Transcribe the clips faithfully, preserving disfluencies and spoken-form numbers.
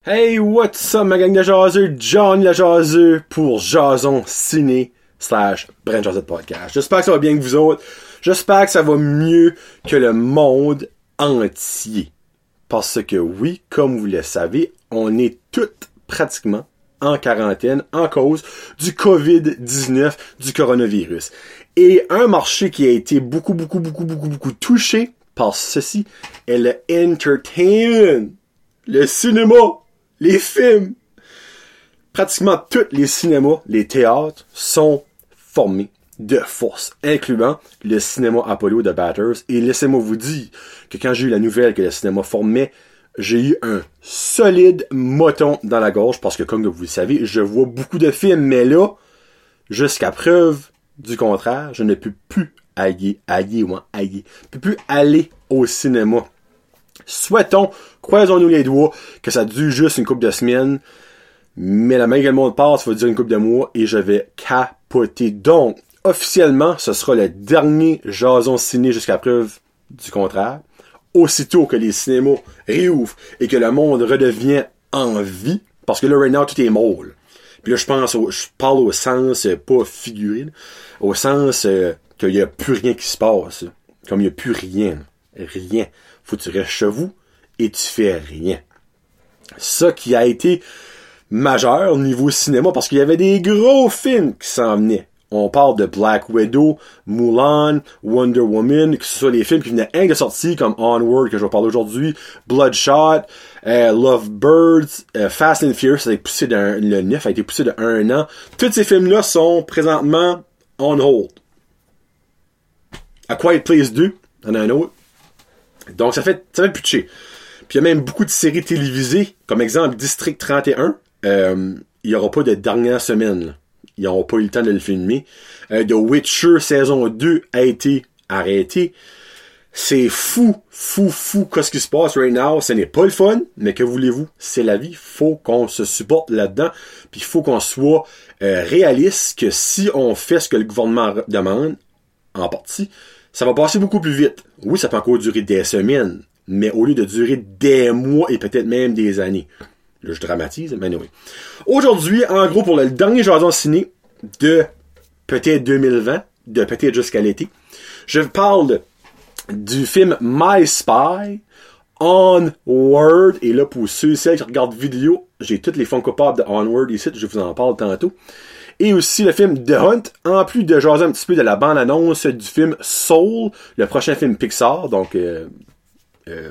Hey, what's up ma gang de jaseux, John le jaseux pour Jason Ciné slash Brent Josette Podcast. J'espère que ça va bien que vous autres. J'espère que ça va mieux que le monde entier. Parce que oui, comme vous le savez, on est toutes pratiquement en quarantaine en cause du covid dix-neuf, du coronavirus. Et un marché qui a été beaucoup, beaucoup, beaucoup, beaucoup, beaucoup touché par ceci est le entertainment, le cinéma, les films. Pratiquement tous les cinémas, les théâtres sont formés de force, incluant le cinéma Apollo de Bathurst. Et laissez-moi vous dire que quand j'ai eu la nouvelle que le cinéma formait, j'ai eu un solide moton dans la gorge parce que, comme vous le savez, je vois beaucoup de films, mais là, jusqu'à preuve du contraire, je ne peux plus aller, aller ou aller, je peux plus aller au cinéma. Souhaitons, croisons-nous les doigts, que ça dure juste une couple de semaines, mais la main que le monde passe, ça va dire une couple de mois, et je vais capoter. Donc, officiellement, ce sera le dernier Jason Ciné jusqu'à preuve du contraire. Aussitôt que les cinémas réouvrent et que le monde redevient en vie, parce que là, right now, tout est mort. Puis là, je pense, au, je parle au sens, euh, pas figuré, là, au sens euh, qu'il n'y a plus rien qui se passe. Là. Comme il n'y a plus rien. Rien. Faut que tu restes chez vous et tu fais rien. Ça qui a été majeur au niveau cinéma, parce qu'il y avait des gros films qui s'en venaient. On parle de Black Widow, Mulan, Wonder Woman, que ce soit les films qui venaient un de sortie, comme Onward, que je vais parler aujourd'hui, Bloodshot, euh, Lovebirds, euh, Fast and Furious, ça a été poussé d'un, le neuf a été poussé de un an. Tous ces films-là sont présentement on hold. A Quiet Place deux, il y en a un autre. Donc ça fait, ça fait pitcher. Puis il y a même beaucoup de séries télévisées, comme exemple District trente et un, euh, il n'y aura pas de dernière semaine, là. Ils n'auront pas eu le temps de le filmer. Euh, The Witcher saison deux a été arrêté. C'est fou, fou, fou qu'est-ce qui se passe right now. Ce n'est pas le fun, mais que voulez-vous? C'est la vie. Faut qu'on se supporte là-dedans. Puis il faut qu'on soit euh, réaliste que si on fait ce que le gouvernement demande, en partie, ça va passer beaucoup plus vite. Oui, ça peut encore durer des semaines, mais au lieu de durer des mois et peut-être même des années. Là, je dramatise, mais anyway. Aujourd'hui, en gros, pour le dernier Jason Ciné de peut-être deux mille vingt, de peut-être jusqu'à l'été, je parle du film My Spy, Onward, et là, pour ceux et celles qui regardent vidéo, j'ai toutes les Funko Pop de Onward ici, je vous en parle tantôt. Et aussi le film The Hunt, en plus de jaser un petit peu de la bande-annonce du film Soul, le prochain film Pixar, donc... Euh, euh,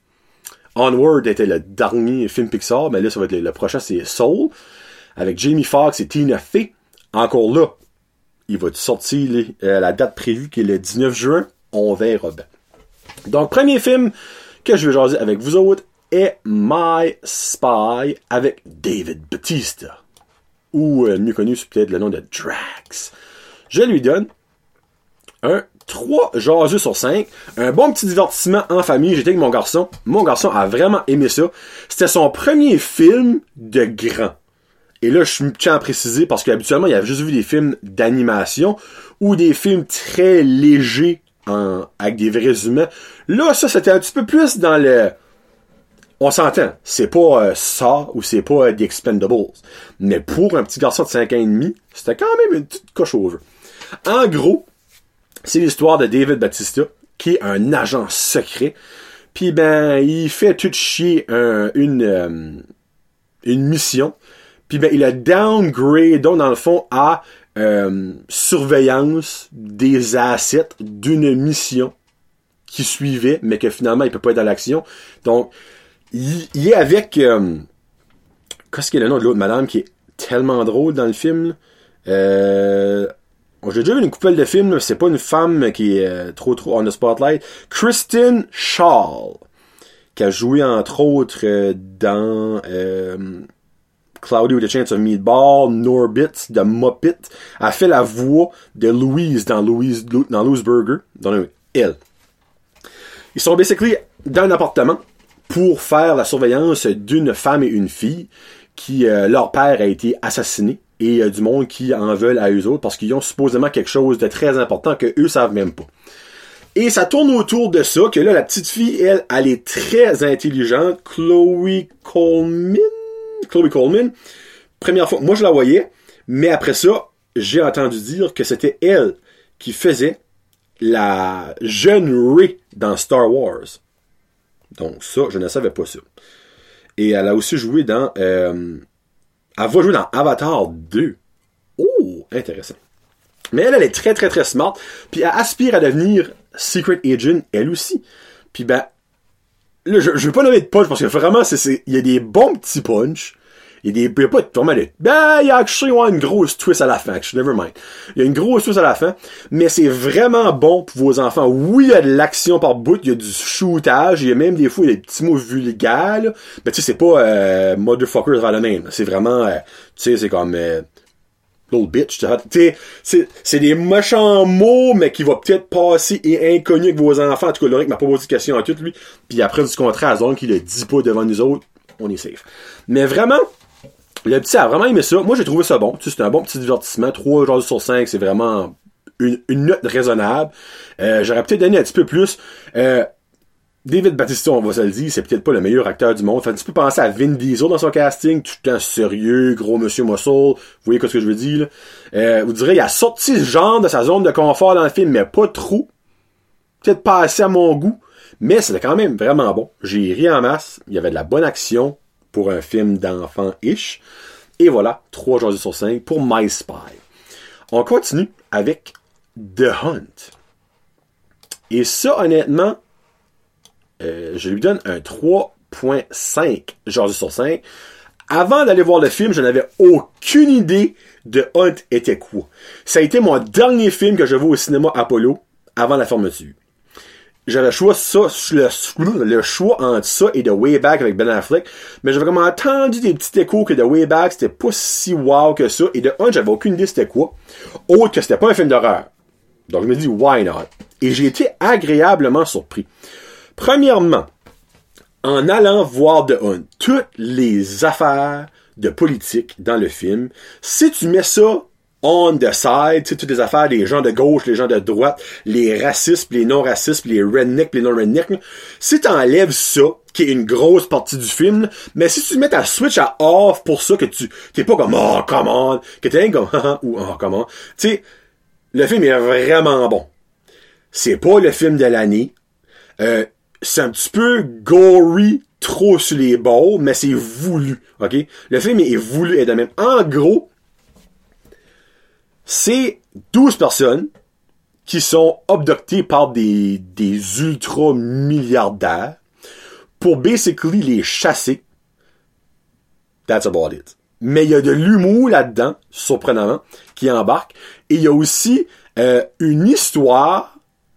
Onward était le dernier film Pixar, mais là, ça va être le, le prochain, c'est Soul, avec Jamie Foxx et Tina Fey. Encore là, il va sortir les, euh, la date prévue, qui est le dix-neuf juin, on verra bien. Donc, premier film que je vais jaser avec vous autres est My Spy, avec David Bautista, ou euh, mieux connu sous peut-être le nom de Drax. Je lui donne un trois jaseux sur cinq. Un bon petit divertissement en famille. J'étais avec mon garçon. Mon garçon a vraiment aimé ça. C'était son premier film de grand. Et là, je tiens à préciser parce qu'habituellement, il avait juste vu des films d'animation ou des films très légers en, avec des vrais humains. Là, ça, c'était un petit peu plus dans le... On s'entend. C'est pas euh, ça ou c'est pas euh, The Expendables. Mais pour un petit garçon de cinq ans et demi, c'était quand même une petite coche au vœu. En gros, c'est l'histoire de David Bautista, qui est un agent secret. Puis ben, il fait tout chier un, une, euh, une mission. Puis ben, il a downgrade, donc dans le fond, à euh, surveillance des assets d'une mission qui suivait, mais que finalement, il peut pas être dans l'action. Donc, il, il est avec... Euh, qu'est-ce qu'il est le nom de l'autre madame qui est tellement drôle dans le film? Euh... J'ai déjà vu une couple de films, c'est pas une femme qui est euh, trop trop on the spotlight. Kristen Schaal, qui a joué entre autres euh, dans euh, Cloudy with a Chance of Meatball, Norbit, de Muppet. A fait la voix de Louise dans Louise dans Louise Burger, dans elle. Ils sont basically dans un appartement pour faire la surveillance d'une femme et une fille qui euh, leur père a été assassiné. Et euh, du monde qui en veulent à eux autres parce qu'ils ont supposément quelque chose de très important que eux savent même pas. Et ça tourne autour de ça, que là, la petite fille, elle, elle est très intelligente. Chloe Coleman, Chloe Coleman. Première fois, moi je la voyais, mais après ça, j'ai entendu dire que c'était elle qui faisait la jeune Rey dans Star Wars. Donc ça, je ne savais pas ça. Et elle a aussi joué dans... Euh, elle va jouer dans Avatar deux. Oh, intéressant. Mais elle, elle est très, très, très smart. Puis elle aspire à devenir Secret Agent, elle aussi. Puis ben, là, je, je vais pas nommer de punch parce que vraiment, c'est, c'est, il y a des bons petits punch. Il y a des, il y a pas vraiment de, ben, il y a actually ouais, une grosse twist à la fin, actually, never mind. Il y a une grosse twist à la fin, mais c'est vraiment bon pour vos enfants. Oui, il y a de l'action par bout, il y a du shootage, il y a même des fois, il y a des petits mots vulgaires, là. Mais tu sais, c'est pas, euh, motherfuckers vers le même. C'est vraiment, euh, tu sais, c'est comme, euh, little bitch, tu sais, c'est, c'est des méchants mots, mais qui vont peut-être passer et inconnus avec vos enfants. En tout cas, Loric m'a pas posé de question à tout, lui. Puis après, du contraire, donc, qu'il le dit pas devant nous autres, on est safe. Mais vraiment, le petit a vraiment aimé ça. Moi, j'ai trouvé ça bon. Tu sais, c'est un bon petit divertissement. trois jours sur cinq, c'est vraiment une, une note raisonnable. Euh, j'aurais peut-être donné un petit peu plus. Euh, David Bautista, on va se le dire, c'est peut-être pas le meilleur acteur du monde. Fait un petit peu penser à Vin Diesel dans son casting. Tout le temps sérieux, gros monsieur muscle. Vous voyez ce que je veux dire, là? Euh, vous direz, il a sorti ce genre de sa zone de confort dans le film, mais pas trop. Peut-être pas assez à mon goût. Mais c'était quand même vraiment bon. J'ai ri en masse. Il y avait de la bonne action pour un film d'enfant-ish. Et voilà, trois jours sur cinq pour My Spy. On continue avec The Hunt. Et ça, honnêtement, euh, je lui donne un trois virgule cinq jours sur cinq. Avant d'aller voir le film, je n'avais aucune idée de Hunt était quoi. Ça a été mon dernier film que je vois au cinéma Apollo avant la fermeture. J'avais le choix, ça, le, le choix entre ça et The Way Back avec Ben Affleck, mais j'avais vraiment entendu des petits échos que The Way Back c'était pas si wow que ça, et de un, j'avais aucune idée c'était quoi, autre que c'était pas un film d'horreur. Donc je me dis, why not? Et j'ai été agréablement surpris. Premièrement, en allant voir The Hunt, toutes les affaires de politique dans le film, si tu mets ça on the side, tu sais, toutes les affaires, les gens de gauche, les gens de droite, les racistes, les non-racistes, les rednecks, les non-rednecks, si t'enlèves ça, qui est une grosse partie du film, mais si tu mets ta switch à off pour ça, que tu, t'es pas comme, oh, come on, que t'es rien comme, ou, oh, come on, tu sais, le film est vraiment bon. C'est pas le film de l'année, euh, c'est un petit peu gory, trop sur les bords, mais c'est voulu, ok? Le film est voulu et de même. En gros, c'est douze personnes qui sont abductées par des, des ultra-milliardaires pour basically les chasser. That's about it. Mais il y a de l'humour là-dedans, surprenamment, qui embarque. Et il y a aussi euh, une histoire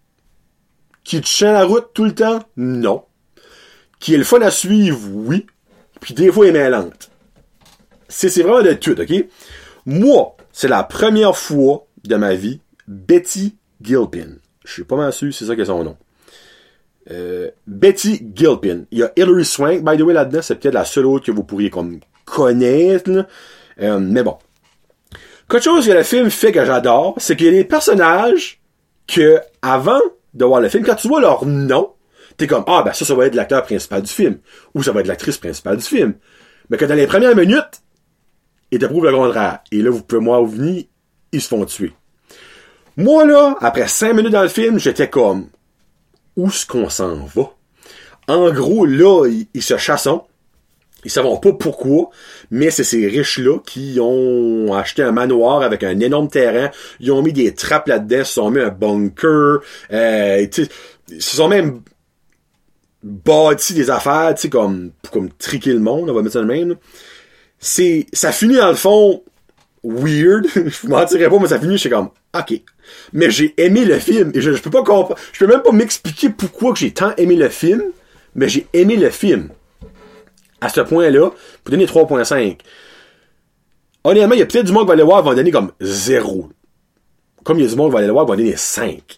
qui te tient la route tout le temps? Non. Qui est le fun à suivre? Oui. Puis des fois, elle est mêlante. C'est, c'est vraiment de tout, ok? Moi, c'est la première fois de ma vie, Betty Gilpin. Je suis pas mal sûr, c'est ça que son nom. Euh, Betty Gilpin. Il y a Hilary Swank, by the way, là-dedans. C'est peut-être la seule autre que vous pourriez comme connaître. Là. Euh, mais bon. Quelque chose que le film fait que j'adore, c'est qu'il y a des personnages que, avant de voir le film, quand tu vois leur nom, t'es comme, ah, ben ça, ça va être l'acteur principal du film. Ou ça va être l'actrice principale du film. Mais que dans les premières minutes, ils t'approuvent le contraire. Et là, vous pouvez moi venir, ils se font tuer. Moi, là, après cinq minutes dans le film, j'étais comme, où est-ce qu'on s'en va? En gros, là, ils, ils se chassent. Ils savent pas pourquoi, mais c'est ces riches-là qui ont acheté un manoir avec un énorme terrain. Ils ont mis des trappes là-dedans, ils se sont mis un bunker. Euh, ils se sont même bâti des affaires, tu sais, comme, pour comme triquer le monde, on va mettre ça de même. Là. C'est, ça finit dans le fond weird. Je vous mentirais pas, mais ça finit, je suis comme, ok. Mais j'ai aimé le film, et je, je peux pas comprendre, je peux même pas m'expliquer pourquoi que j'ai tant aimé le film, mais j'ai aimé le film. À ce point-là, pour donner trois virgule cinq. Honnêtement, il y a peut-être du monde qui va aller voir, va donner comme zéro. Comme il y a du monde qui va aller voir, va donner cinq.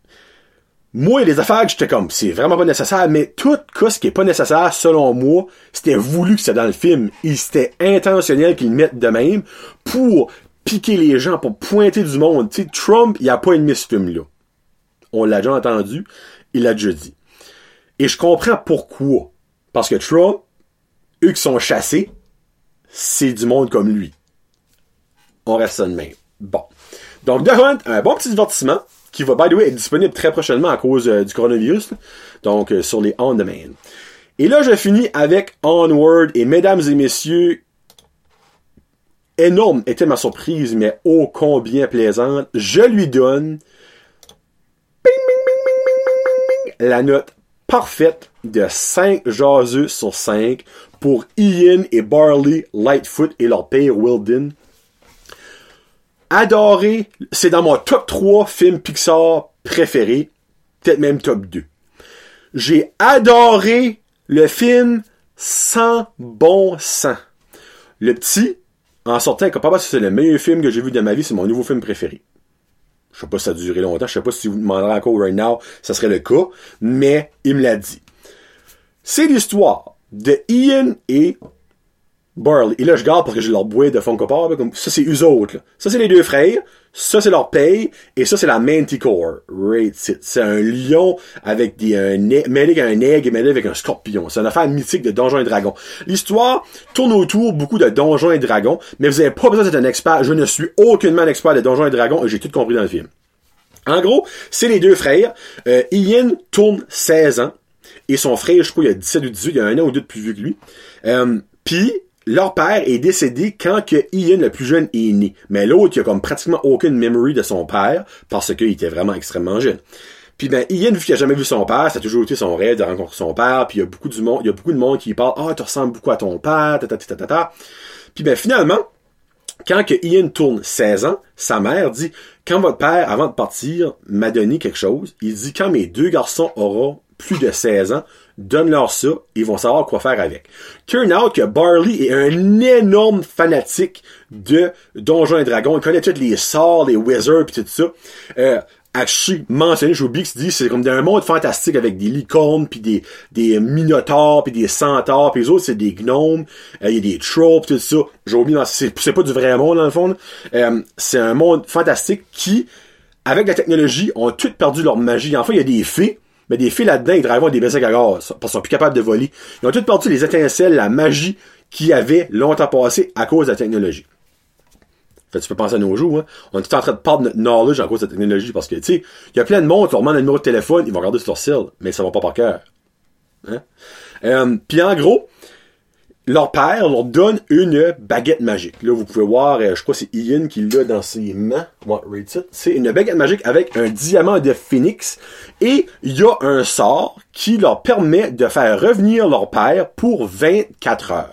Moi, il y a des affaires que j'étais comme, c'est vraiment pas nécessaire, mais tout ce qui est pas nécessaire, selon moi, c'était voulu que c'était dans le film. Et c'était intentionnel qu'ils le mettent de même pour piquer les gens, pour pointer du monde. Tu sais, Trump, il a pas aimé ce film-là. On l'a déjà entendu, il l'a déjà dit. Et je comprends pourquoi. Parce que Trump, eux qui sont chassés, c'est du monde comme lui. On reste ça de même. Bon. Donc, The Hunt, un bon petit divertissement qui va, by the way, être disponible très prochainement à cause euh, du coronavirus. Là. Donc, euh, sur les on-demand. Et là, je finis avec Onward. Et mesdames et messieurs, énorme était ma surprise, mais ô combien plaisante. Je lui donne bing, bing, bing, bing, bing, bing, bing, la note parfaite de cinq jaseux sur cinq pour Ian et Barley Lightfoot et leur père Wilden. Adoré, c'est dans mon top trois films Pixar préférés, peut-être même top deux. J'ai adoré le film sans bon sens. Le petit, en sortant, capable, c'est le meilleur film que j'ai vu de ma vie, c'est mon nouveau film préféré. Je sais pas si ça a duré longtemps, je sais pas si vous me demanderez encore right now, ça serait le cas, mais il me l'a dit. C'est l'histoire de Ian et Barley. Et là, je garde parce que j'ai leur bouée de Funko Pop. Comme ça, c'est eux autres. Là. Ça, c'est les deux frères. Ça, c'est leur paye. Et ça, c'est la Manticore. Right, c'est, c'est un lion avec des, un, mêlé avec un aigle et mêlé avec un scorpion. C'est une affaire mythique de Donjons et Dragons. L'histoire tourne autour beaucoup de Donjons et Dragons, mais vous avez pas besoin d'être un expert. Je ne suis aucunement un expert de Donjons et Dragons et j'ai tout compris dans le film. En gros, c'est les deux frères. Euh, Ian tourne seize ans. Et son frère, je crois, il a dix-sept ou dix-huit. Il y a un an ou deux de plus vieux que lui. Euh, Puis, leur père est décédé quand que Ian, le plus jeune, est né. Mais l'autre, il a comme pratiquement aucune memory de son père, parce qu'il était vraiment extrêmement jeune. Puis ben, Ian, vu qu'il a jamais vu son père, ça a toujours été son rêve de rencontrer son père, puis il y a beaucoup du monde, il y a beaucoup de monde qui parle, ah, tu ressembles beaucoup à ton père, ta ta ta ta ta. Puis ben, finalement, quand que Ian tourne seize ans, sa mère dit, quand votre père, avant de partir, m'a donné quelque chose, il dit, quand mes deux garçons auront plus de seize ans, donne-leur ça, ils vont savoir quoi faire avec. Turn out que Barley est un énorme fanatique de Donjons et Dragons. Il connaît tous les sorts, les wizards pis tout ça. Euh, Actually, mentionné, j'ai oublié que tu dis, c'est comme d'un monde fantastique avec des licornes pis des, des minotaures pis des centaures pis les autres, c'est des gnomes. Il euh, y a des trolls pis tout ça. J'ai oublié, c'est, c'est pas du vrai monde, dans le fond. Euh, c'est un monde fantastique qui, avec la technologie, ont toutes perdu leur magie. Enfin, il y a des fées. Mais des filles là-dedans, ils drivaient des baisers à gaz, parce qu'ils sont plus capables de voler. Ils ont toutes perdu les étincelles, la magie qu'il y avait longtemps passé à cause de la technologie. Fait, tu peux penser à nos jours, hein. On est tout en train de perdre notre knowledge à cause de la technologie, parce que, tu sais, il y a plein de monde qui leur demande un numéro de téléphone, ils vont regarder sur leur cell, mais ça va pas par cœur. Hein? Euh, puis en gros, leur père leur donne une baguette magique. Là, vous pouvez voir, je crois que c'est Ian qui l'a dans ses mains. What reads it? C'est une baguette magique avec un diamant de phénix. Et il y a un sort qui leur permet de faire revenir leur père pour vingt-quatre heures.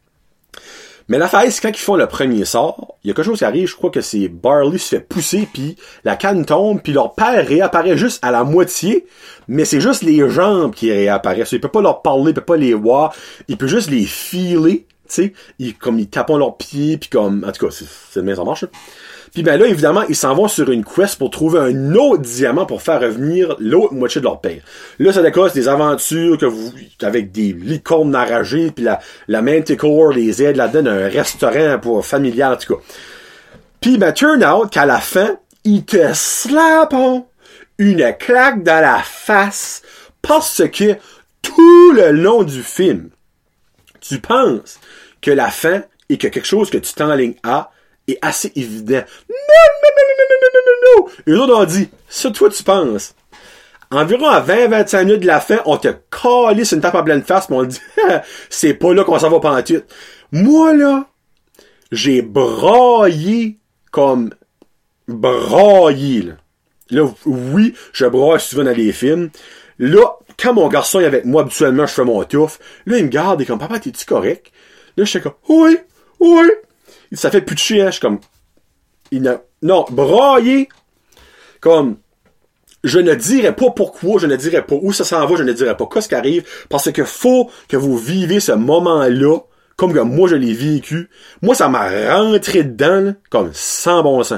Mais l'affaire, c'est quand ils font le premier sort, il y a quelque chose qui arrive, je crois que c'est Barley se fait pousser, puis la canne tombe, puis leur père réapparaît juste à la moitié, mais c'est juste les jambes qui réapparaissent. Il peut pas leur parler, il peut pas les voir, il peut juste les filer, tu sais, ils, comme ils tapent leurs pieds, puis comme, en tout cas, c'est, c'est de même ça marche, là. Puis ben là, évidemment, ils s'en vont sur une quest pour trouver un autre diamant pour faire revenir l'autre moitié de leur père. Là, ça décolle des aventures que vous, avec des licornes enragées, puis la, la Manticore les aide là-dedans, un restaurant pour familial, en tout cas. Puis ben, turn out qu'à la fin, ils te slappent une claque dans la face parce que tout le long du film, tu penses que la fin est que quelque chose que tu t'enlignes à est assez évident. Non, non, non, non, non, non, non, non, non. Eux autres ont dit, ça, toi, tu penses. Environ à vingt à vingt-cinq minutes de la fin, on te calisse une tape en pleine face, mais on dit, c'est pas là qu'on s'en va pantoute. Moi, là, j'ai braillé comme braillé, là. Là, oui, je braille souvent dans les films. Là, quand mon garçon est avec moi, habituellement, je fais mon touffe. Là, il me garde et comme, papa, t'es-tu correct? Là, je suis comme, oui, oui. Ça fait plus de chier, hein. Je suis comme, il n'a, non, brailler, comme, je ne dirais pas pourquoi, je ne dirais pas où ça s'en va, je ne dirais pas qu'est-ce qui arrive, parce que faut que vous vivez ce moment-là, comme que moi je l'ai vécu. Moi, ça m'a rentré dedans, là, comme sans bon sens.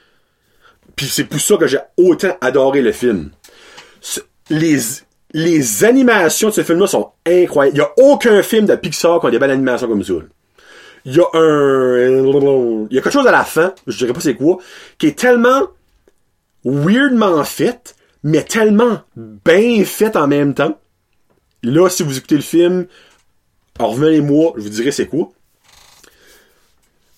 Puis c'est pour ça que j'ai autant adoré le film. Les, les animations de ce film-là sont incroyables. Il n'y a aucun film de Pixar qui a des belles animations comme ça, là. Il y a un... Il y a quelque chose à la fin, je dirais pas c'est quoi, qui est tellement weirdement fait, mais tellement bien fait en même temps. Là, si vous écoutez le film, revenez-moi, je vous dirai c'est quoi.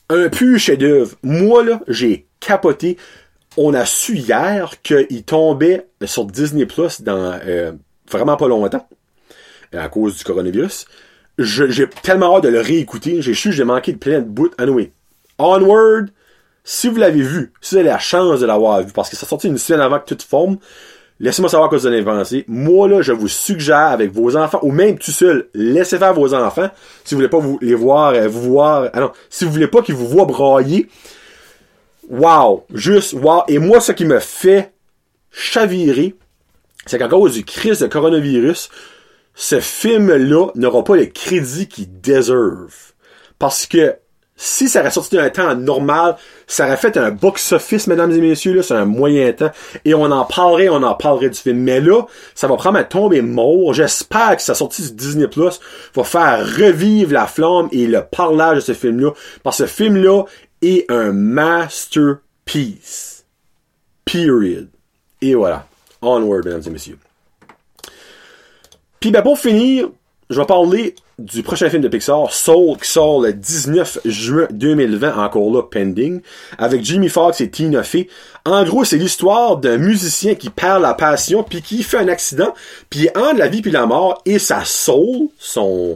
Un pur chef-d'œuvre. Moi, là, j'ai capoté. On a su hier qu'il tombait sur Disney Plus dans euh, vraiment pas longtemps, à cause du coronavirus. Je, j'ai tellement hâte de le réécouter. J'ai su, j'ai manqué de plein de bouts. Anyway, Onward, si vous l'avez vu, si vous avez la chance de l'avoir vu, parce que ça sortit une semaine avant que tout forme, laissez-moi savoir quoi vous en avez pensé. Moi, là, je vous suggère avec vos enfants, ou même tout seul, laissez faire vos enfants, si vous voulez pas vous les voir, euh, vous voir, ah non, si vous voulez pas qu'ils vous voient brailler. Wow! Juste wow! Et moi, ce qui me fait chavirer, c'est qu'à cause du crise de coronavirus, ce film-là n'aura pas le crédit qu'il deserve. Parce que si ça aurait sorti d'un temps normal, ça aurait fait un box-office, mesdames et messieurs, là, c'est un moyen temps, et on en parlerait, on en parlerait du film. Mais là, ça va prendre à tomber mort. J'espère que sa sortie du Disney Plus va faire revivre la flamme et le parlage de ce film-là. Parce que ce film-là est un masterpiece. Period. Et voilà. Onward, mesdames et messieurs. Puis ben pour finir, je vais parler du prochain film de Pixar, Soul, qui sort le dix-neuf juin deux mille vingt, encore là, pending, avec Jamie Foxx et Tina Fey. En gros, c'est l'histoire d'un musicien qui perd la passion, puis qui fait un accident, puis entre la vie puis la mort, et sa soul, son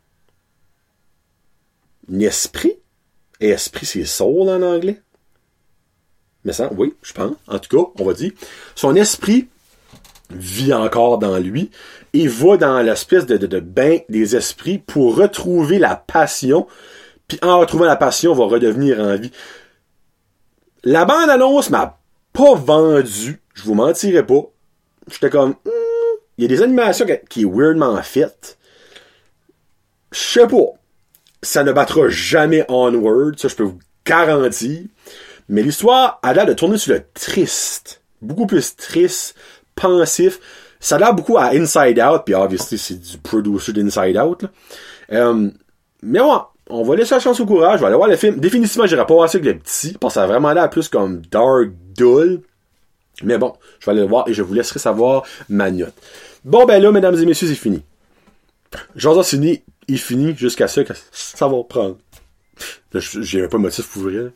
esprit, et esprit c'est soul en anglais, mais ça, oui, je pense, en tout cas, on va dire, son esprit vit encore dans lui, et va dans l'espèce de, de, de bain des esprits pour retrouver la passion, puis en retrouvant la passion, va redevenir en vie. La bande-annonce m'a pas vendu, je vous mentirai pas. J'étais comme, il hmm, y a des animations qui, qui est weirdement faites. Je sais pas. Ça ne battra jamais Onward, ça je peux vous garantir. Mais l'histoire a l'air de tourner sur le triste. Beaucoup plus triste, pensif. Ça a l'air beaucoup à Inside Out, puis obviously c'est du producer d'Inside Out. Là. Euh, mais ouais, on va laisser la chance au courage, je vais aller voir le film. Définitivement, j'irai pas voir ça avec le petit, parce que ça a vraiment l'air plus comme dark, dull. Mais bon, je vais aller le voir et je vous laisserai savoir ma note. Bon ben là, mesdames et messieurs, c'est fini. Jean Ciné est fini jusqu'à ce que ça va prendre. Là, j'ai pas de motif pour ouvrir.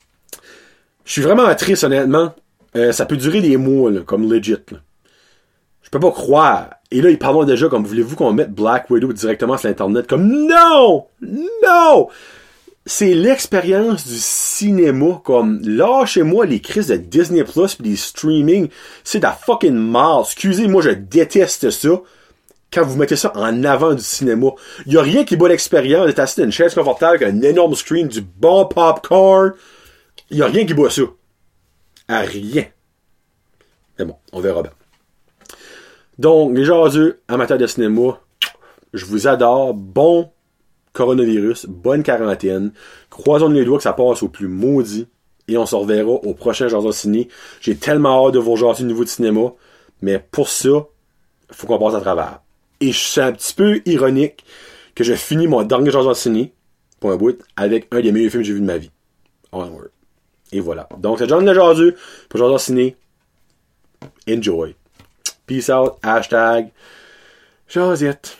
Je suis vraiment triste, honnêtement. Euh, ça peut durer des mois, là, comme legit, là. Je peux pas croire. Et là, ils parlent déjà comme, voulez-vous qu'on mette Black Widow directement sur l'Internet? Comme, non! Non! C'est l'expérience du cinéma. Comme, lâchez-moi les crises de Disney Plus pis des streaming. C'est de la fucking mal. Excusez-moi, je déteste ça. Quand vous mettez ça en avant du cinéma. Y a rien qui bat l'expérience d'être assis dans une chaise confortable avec un énorme screen, du bon popcorn. Y a rien qui bat ça. À rien. Mais bon, on verra bien. Donc, les jaseux, amateurs de cinéma, je vous adore. Bon coronavirus, bonne quarantaine. Croisons les doigts que ça passe au plus maudit. Et on se reverra au prochain Jason Ciné. J'ai tellement hâte de vous rejaser au niveau de cinéma. Mais pour ça, il faut qu'on passe à travers. Et je suis un petit peu ironique que je finis mon dernier Jason Ciné, pour un bout, avec un des meilleurs films que j'ai vu de ma vie. Onward. Et voilà. Donc, c'est John le jaseux pour Jason Ciné. Enjoy. Peace out. Hashtag Josette.